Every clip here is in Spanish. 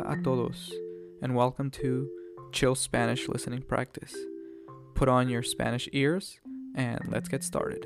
Hola a todos, and welcome to Chill Spanish Listening Practice. Put on your Spanish ears, and let's get started.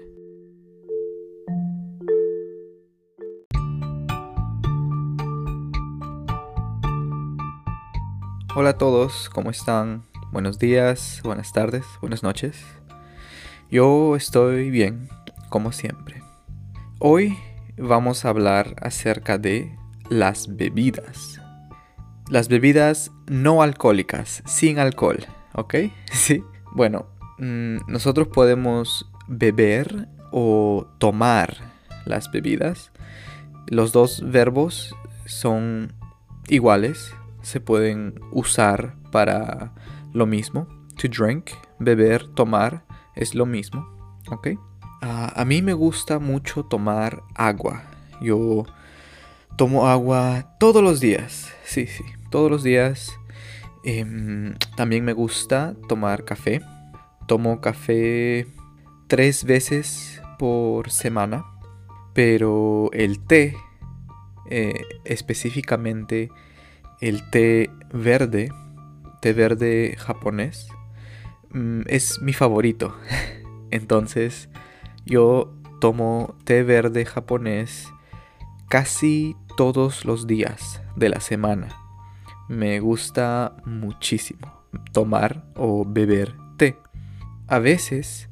Hola a todos, ¿cómo están? Buenos días, buenas tardes, buenas noches. Yo estoy bien, como siempre. Hoy vamos a hablar acerca de las bebidas. Las bebidas no alcohólicas, sin alcohol, ¿ok? Sí. Bueno, nosotros podemos beber o tomar las bebidas. Los dos verbos son iguales, se pueden usar para lo mismo. To drink, beber, tomar, es lo mismo, ¿ok? A mí me gusta mucho tomar agua. Yo tomo agua todos los días, sí, todos los días. También me gusta tomar café. Tomo café 3 veces por semana. Pero el té, específicamente el té verde japonés, es mi favorito. Entonces yo tomo té verde japonés casi todos los días de la semana. Me gusta muchísimo tomar o beber té. A veces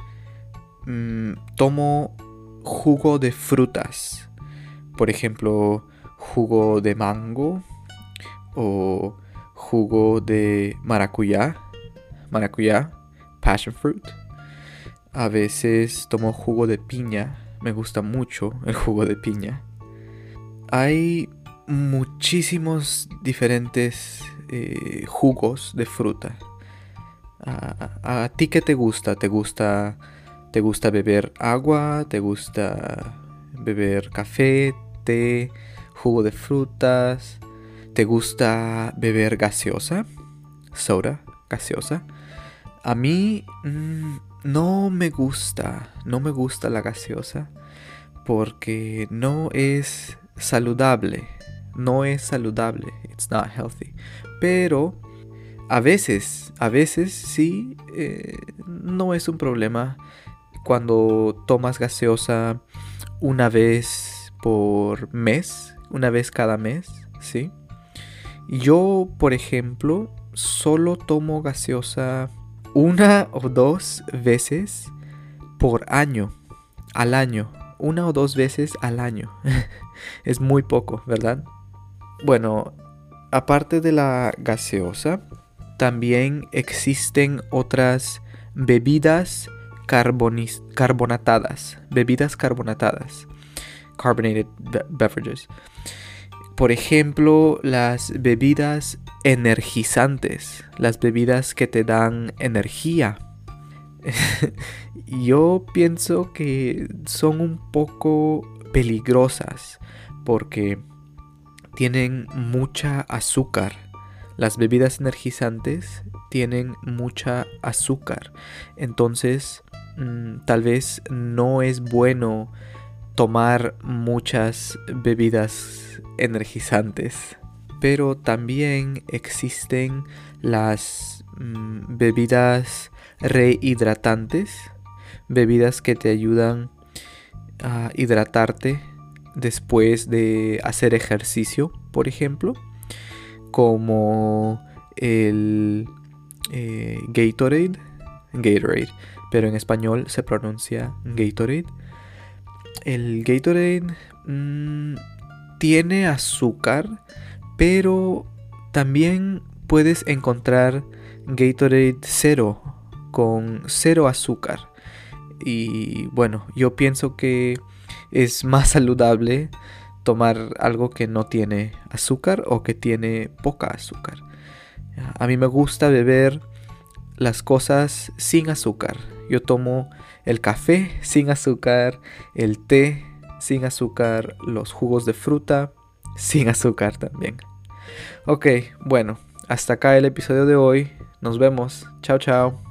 tomo jugo de frutas. Por ejemplo, jugo de mango o jugo de maracuyá, passion fruit. A veces tomo jugo de piña. Me gusta mucho el jugo de piña. Hay muchísimos diferentes jugos de fruta. ¿A ti qué te gusta? ¿Te gusta beber agua? ¿Te gusta beber café, té, jugo de frutas? ¿Te gusta beber gaseosa? Soda, gaseosa. A mí no me gusta la gaseosa porque no es saludable. It's not healthy. Pero a veces sí, no es un problema cuando tomas gaseosa una vez por mes, una vez cada mes, ¿sí? Yo, por ejemplo, solo tomo gaseosa 1 o 2 veces por año, al año. 1 o 2 veces al año. Es muy poco, ¿verdad? Bueno, aparte de la gaseosa, también existen otras bebidas carbonatadas. Carbonated beverages. Por ejemplo, las bebidas energizantes. Las bebidas que te dan energía. Yo pienso que son un poco peligrosas porque tienen mucha azúcar. Las bebidas energizantes tienen mucha azúcar. Entonces, tal vez no es bueno tomar muchas bebidas energizantes. Pero también existen las bebidas rehidratantes. Bebidas que te ayudan a hidratarte después de hacer ejercicio, por ejemplo. Como el Gatorade, pero en español se pronuncia Gatorade. El Gatorade tiene azúcar, pero también puedes encontrar Gatorade cero, con 0 azúcar. Y bueno, yo pienso que es más saludable tomar algo que no tiene azúcar o que tiene poca azúcar. A mí me gusta beber las cosas sin azúcar. Yo tomo el café sin azúcar, el té sin azúcar, los jugos de fruta sin azúcar también. Ok, bueno, hasta acá el episodio de hoy. Nos vemos. Chao, chao.